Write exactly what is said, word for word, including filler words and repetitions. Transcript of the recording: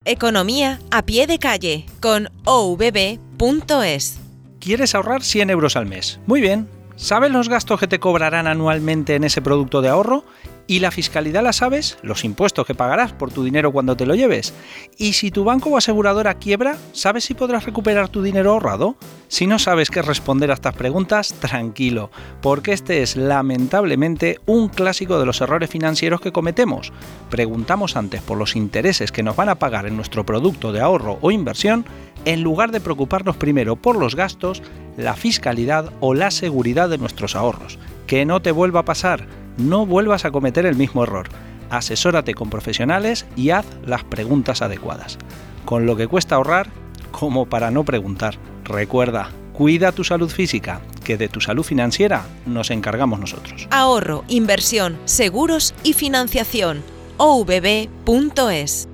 Economía a pie de calle con o v b punto es. ¿Quieres ahorrar cien euros al mes? Muy bien. ¿Sabes los gastos que te cobrarán anualmente en ese producto de ahorro? ¿Y la fiscalidad la sabes? Los impuestos que pagarás por tu dinero cuando te lo lleves. ¿Y si tu banco o aseguradora quiebra, sabes si podrás recuperar tu dinero ahorrado? Si no sabes qué responder a estas preguntas, tranquilo, porque este es lamentablemente un clásico de los errores financieros que cometemos. Preguntamos antes por los intereses que nos van a pagar en nuestro producto de ahorro o inversión, en lugar de preocuparnos primero por los gastos, la fiscalidad o la seguridad de nuestros ahorros. Que no te vuelva a pasar. No vuelvas a cometer el mismo error. Asesórate con profesionales y haz las preguntas adecuadas. Con lo que cuesta ahorrar, como para no preguntar. Recuerda, cuida tu salud física, que de tu salud financiera nos encargamos nosotros. Ahorro, inversión, seguros y financiación. o v b punto es